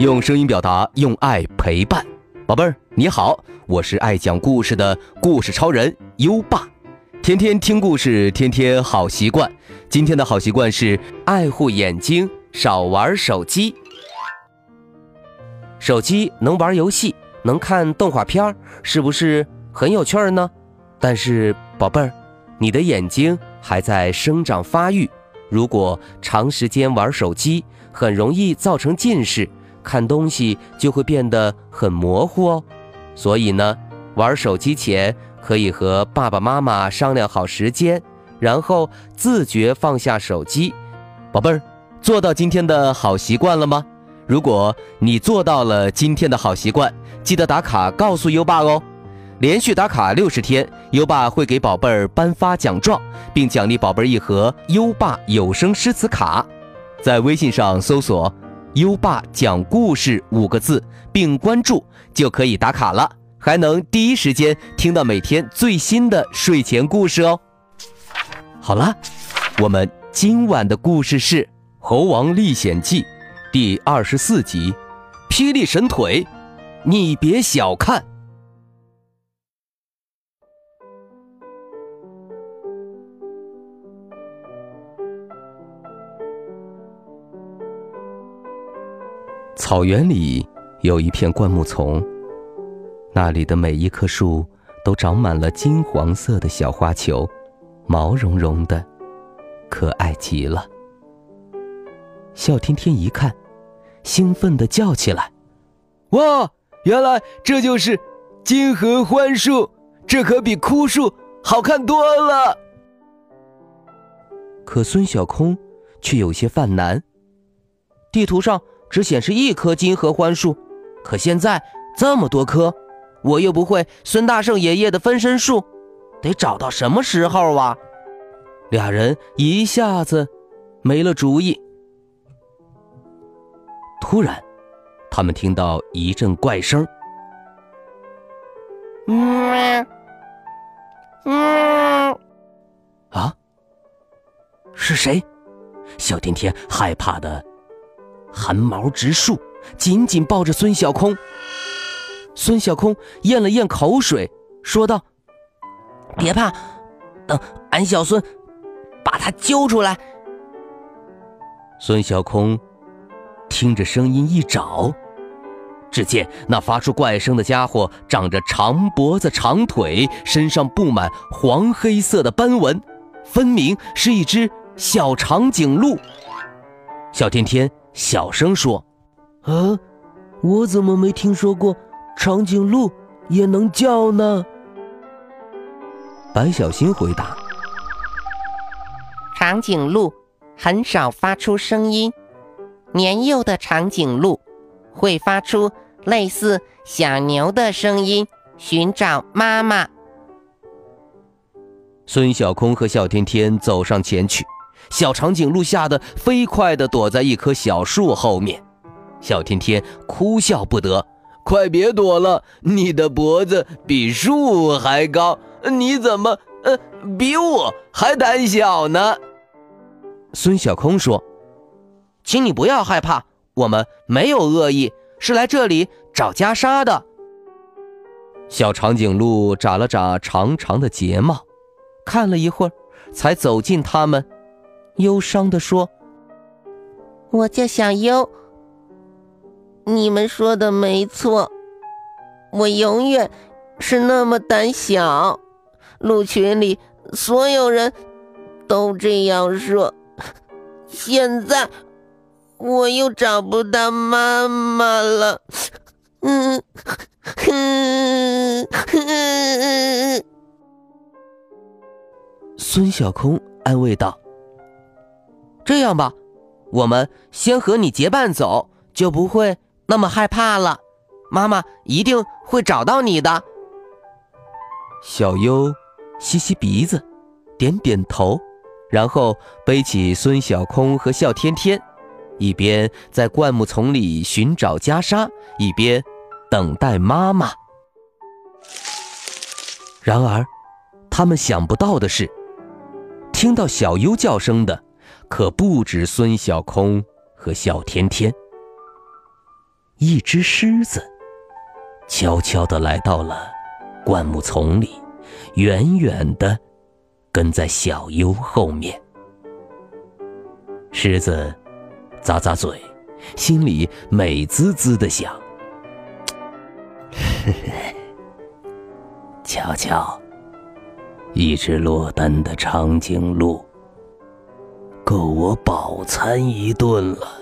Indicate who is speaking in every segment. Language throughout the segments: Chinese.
Speaker 1: 用声音表达，用爱陪伴。宝贝儿，你好，我是爱讲故事的故事超人优爸。天天听故事，天天好习惯。今天的好习惯是爱护眼睛，少玩手机。手机能玩游戏，能看动画片，是不是很有趣呢？但是宝贝儿，你的眼睛还在生长发育，如果长时间玩手机，很容易造成近视，看东西就会变得很模糊哦。所以呢，玩手机前可以和爸爸妈妈商量好时间，然后自觉放下手机。宝贝儿，做到今天的好习惯了吗？如果你做到了今天的好习惯，记得打卡告诉优爸哦。连续打卡60天，优爸会给宝贝儿颁发奖状，并奖励宝贝儿一盒优爸有声诗词卡。在微信上搜索优爸讲故事5个字，并关注就可以打卡了，还能第一时间听到每天最新的睡前故事哦。好了，我们今晚的故事是《猴王历险记》第24集，霹雳神腿，你别小看。草原里有一片灌木丛，那里的每一棵树都长满了金黄色的小花球，毛茸茸的，可爱极了。笑天天一看，兴奋地叫起来：哇，原来这就是金合欢树，这可比枯树好看多了。可孙小空却有些犯难，地图上只显示1棵金合欢树，可现在这么多棵，我又不会孙大圣爷爷的分身术，得找到什么时候啊？俩人一下子没了主意。突然，他们听到一阵怪声，啊，是谁？小天天害怕的汗毛直竖，紧紧抱着孙小空。孙小空咽了咽口水，说道：别怕，等俺小孙把他揪出来。孙小空听着声音一找，只见那发出怪声的家伙长着长脖子长腿，身上布满黄黑色的斑纹，分明是一只小长颈鹿。小天天小声说：我怎么没听说过长颈鹿也能叫呢？白小新回答：
Speaker 2: 长颈鹿很少发出声音，年幼的长颈鹿会发出类似小牛的声音，寻找妈妈。
Speaker 1: 孙小空和笑天天走上前去，小长颈鹿吓得飞快地躲在一棵小树后面。小天天哭笑不得：快别躲了，你的脖子比树还高，你怎么比我还胆小呢？孙小空说：请你不要害怕，我们没有恶意，是来这里找袈裟的。小长颈鹿眨了眨长长的睫毛，看了一会儿，才走近他们，忧伤地说：
Speaker 2: 我叫小优，你们说的没错，我永远是那么胆小，鹿群里所有人都这样说，现在我又找不到妈妈了。
Speaker 1: 孙小空安慰道：这样吧，我们先和你结伴走，就不会那么害怕了，妈妈一定会找到你的。小优吸吸鼻子，点点头，然后背起孙小空和笑天天，一边在灌木丛里寻找袈裟，一边等待妈妈。然而他们想不到的是，听到小优叫声的可不止孙小空和笑天天。 一只狮子悄悄地来到了灌木丛里，远远地跟在小优后面。狮子咂咂嘴，心里美滋滋地想：瞧瞧，一只落单的长颈鹿，够我饱餐一顿了。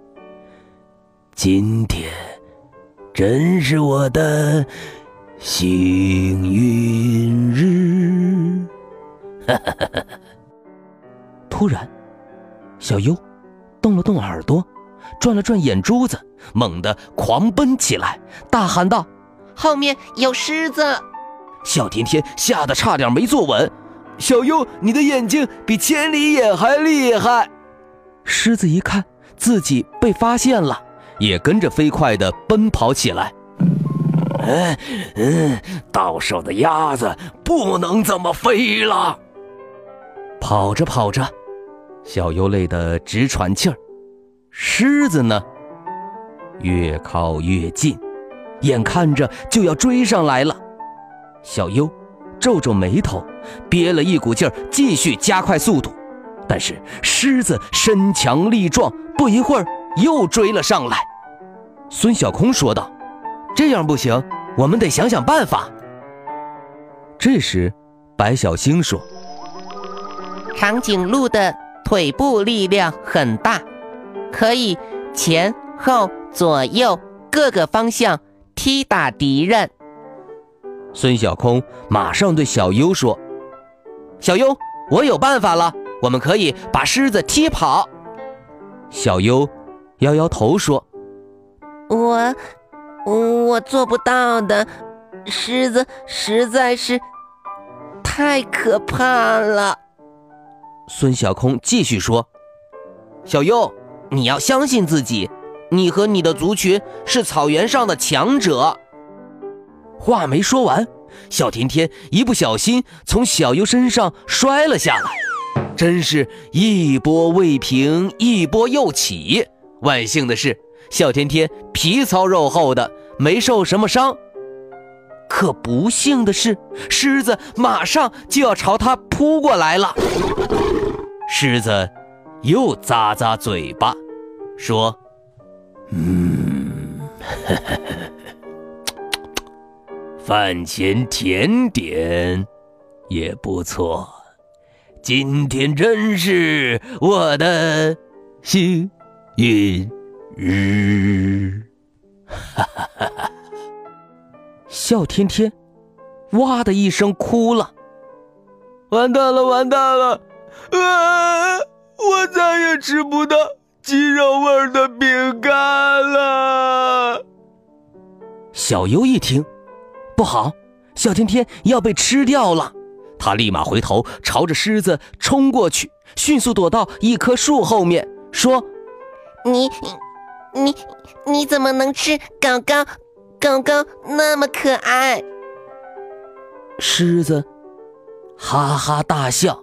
Speaker 1: 今天真是我的幸运日。突然，小优动了动耳朵，转了转眼珠子，猛地狂奔起来，大喊道：
Speaker 2: 后面有狮子！
Speaker 1: 小甜甜吓得差点没坐稳。小优，你的眼睛比千里眼还厉害！狮子一看自己被发现了，也跟着飞快地奔跑起来。到手的鸭子不能这么飞了。跑着跑着，小优累得直喘气儿。狮子呢，越靠越近，眼看着就要追上来了。小优皱皱眉头，憋了一股劲儿，继续加快速度。但是狮子身强力壮，不一会儿又追了上来。孙小空说道：这样不行，我们得想想办法。这时白小星说：
Speaker 2: 长颈鹿的腿部力量很大，可以前后左右各个方向踢打敌人。
Speaker 1: 孙小空马上对小优说：小优，我有办法了，我们可以把狮子踢跑。小优摇摇头说：
Speaker 2: 我做不到的，狮子实在是太可怕了。
Speaker 1: 孙小空继续说：小优，你要相信自己，你和你的族群是草原上的强者。话没说完，小甜甜一不小心从小优身上摔了下来，真是一波未平一波又起。万幸的是，小甜甜皮糙肉厚的，没受什么伤。可不幸的是，狮子马上就要朝他扑过来了。狮子又咂咂嘴巴说：饭前甜点也不错，今天真是我的幸运日。笑天天哇的一声哭了。完蛋了，完蛋了！我再也吃不到鸡肉味的饼干了。小优一听，不好，小天天要被吃掉了。他立马回头朝着狮子冲过去，迅速躲到一棵树后面，说：
Speaker 2: 你怎么能吃狗狗？狗狗那么可爱。
Speaker 1: 狮子哈哈大笑：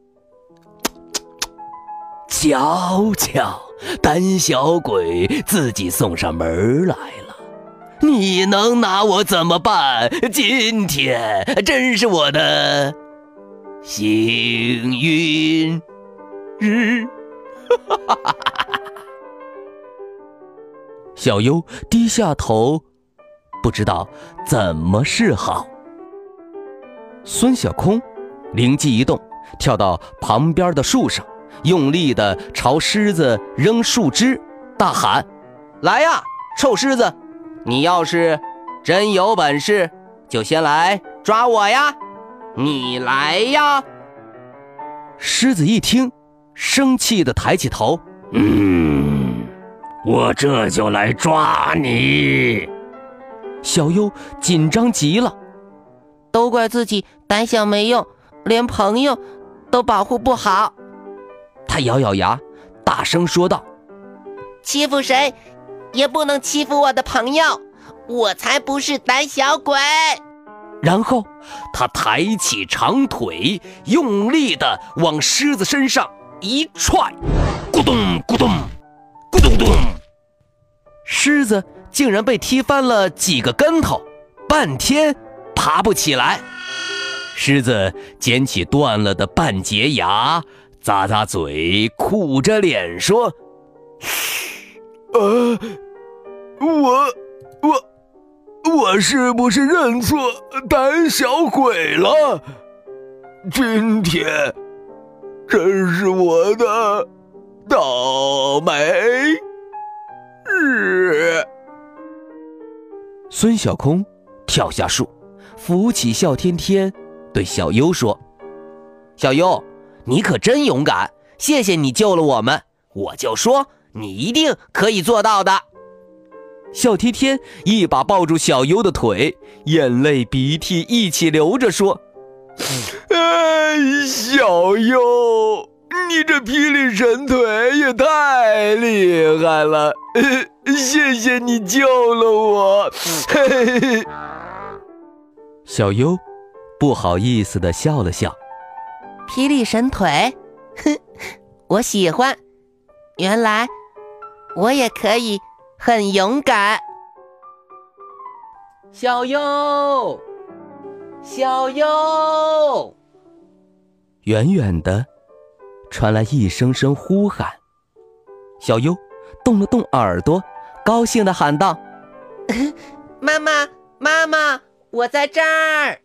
Speaker 1: 瞧瞧，胆小鬼自己送上门来了，你能拿我怎么办？今天真是我的幸运日。小优低下头，不知道怎么是好。孙小空灵机一动，跳到旁边的树上，用力地朝狮子扔树枝，大喊：来呀，臭狮子，你要是真有本事，就先来抓我呀，你来呀！狮子一听，生气地抬起头：我这就来抓你。小优紧张极了，
Speaker 2: 都怪自己胆小没用，连朋友都保护不好。
Speaker 1: 他咬咬牙，大声说道：
Speaker 2: 欺负谁也不能欺负我的朋友，我才不是胆小鬼。
Speaker 1: 然后他抬起长腿，用力地往狮子身上一踹，咕咚咕咚咕咚咚，狮子竟然被踢翻了几个跟头，半天爬不起来。狮子捡起断了的半截牙，咂咂嘴，苦着脸说：我是不是认错胆小鬼了？今天真是我的倒霉日。孙小空跳下树，扶起笑天天，对小优说：小优，你可真勇敢，谢谢你救了我们，我就说你一定可以做到的。笑天天一把抱住小优的腿，眼泪鼻涕一起流着说：小优，你这霹雳神腿也太厉害了，谢谢你救了我。小优不好意思地笑了笑。
Speaker 2: 霹雳神腿，我喜欢，原来我也可以很勇敢。小优，小优！
Speaker 1: 远远的传来一声声呼喊。小优动了动耳朵，高兴地喊道：
Speaker 2: 妈妈，妈妈，我在这儿！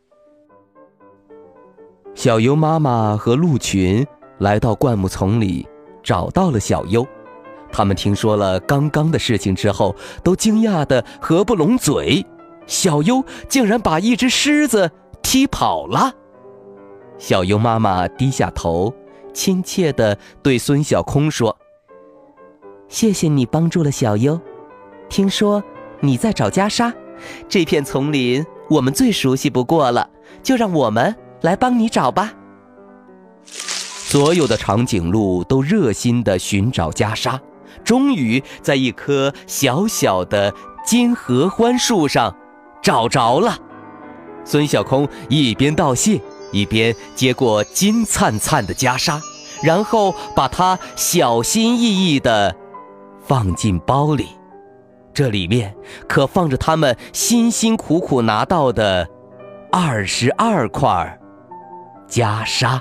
Speaker 1: 小优妈妈和鹿群来到灌木丛里，找到了小优。他们听说了刚刚的事情之后，都惊讶得合不拢嘴。小优竟然把一只狮子踢跑了。小优妈妈低下头，亲切地对孙小空说：谢谢你帮助了小优，听说你在找袈裟，这片丛林我们最熟悉不过了，就让我们来帮你找吧。所有的长颈鹿都热心地寻找袈裟，终于在一棵小小的金合欢树上找着了。孙小空一边道谢，一边接过金灿灿的袈裟，然后把它小心翼翼地放进包里。这里面可放着他们辛辛苦苦拿到的22块袈裟。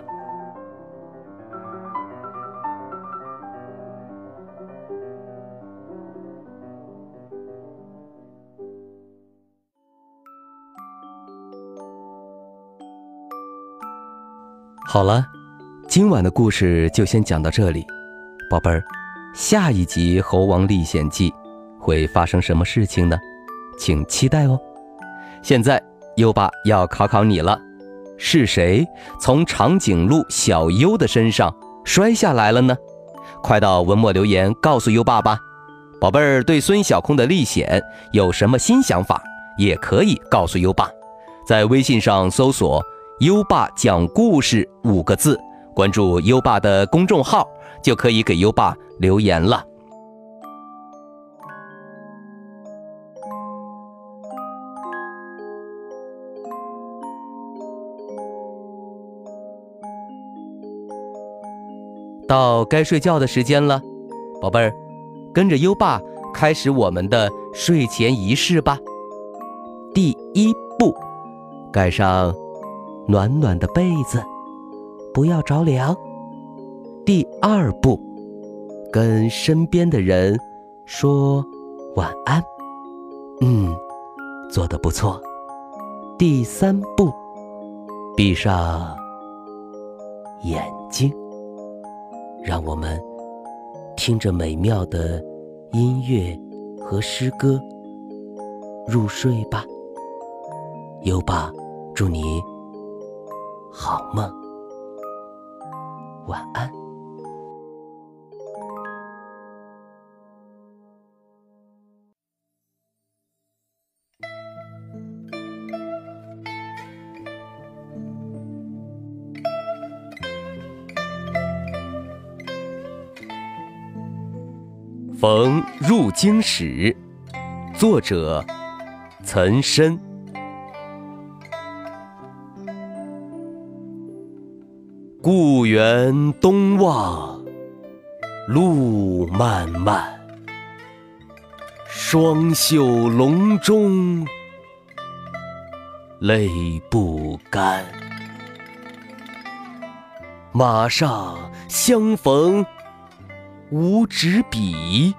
Speaker 1: 好了，今晚的故事就先讲到这里，宝贝儿，下一集《猴王历险记》会发生什么事情呢？请期待哦。现在优爸要考考你了，是谁从长颈鹿小优的身上摔下来了呢？快到文末留言告诉优爸吧。宝贝儿对孙小空的历险有什么新想法，也可以告诉优爸。在微信上搜索优爸讲故事5个字，关注优爸的公众号，就可以给优爸留言了。到该睡觉的时间了，宝贝儿，跟着优爸开始我们的睡前仪式吧。第1步，盖上暖暖的被子，不要着凉。第2步，跟身边的人说晚安。做得不错。第3步，闭上眼睛，让我们听着美妙的音乐和诗歌入睡吧。优爸祝你好梦，晚安。《逢入京使》，作者岑参。故园东望路漫漫， 双袖龙钟泪不干。马上相逢无纸笔，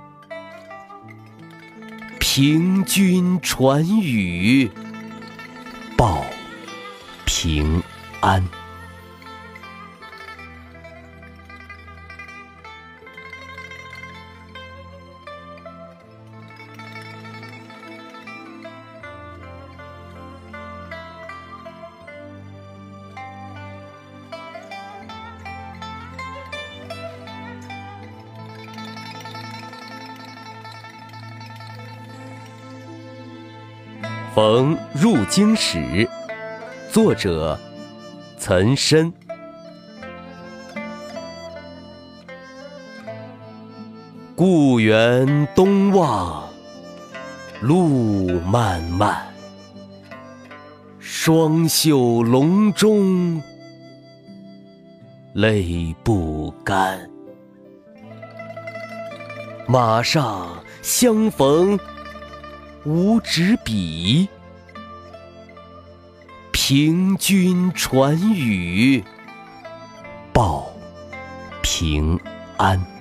Speaker 1: 凭君传语报平安。《逢入京使》作者岑参。故园东望路漫漫，双袖龙钟泪不干。马上相逢无纸笔，凭君传语报平安。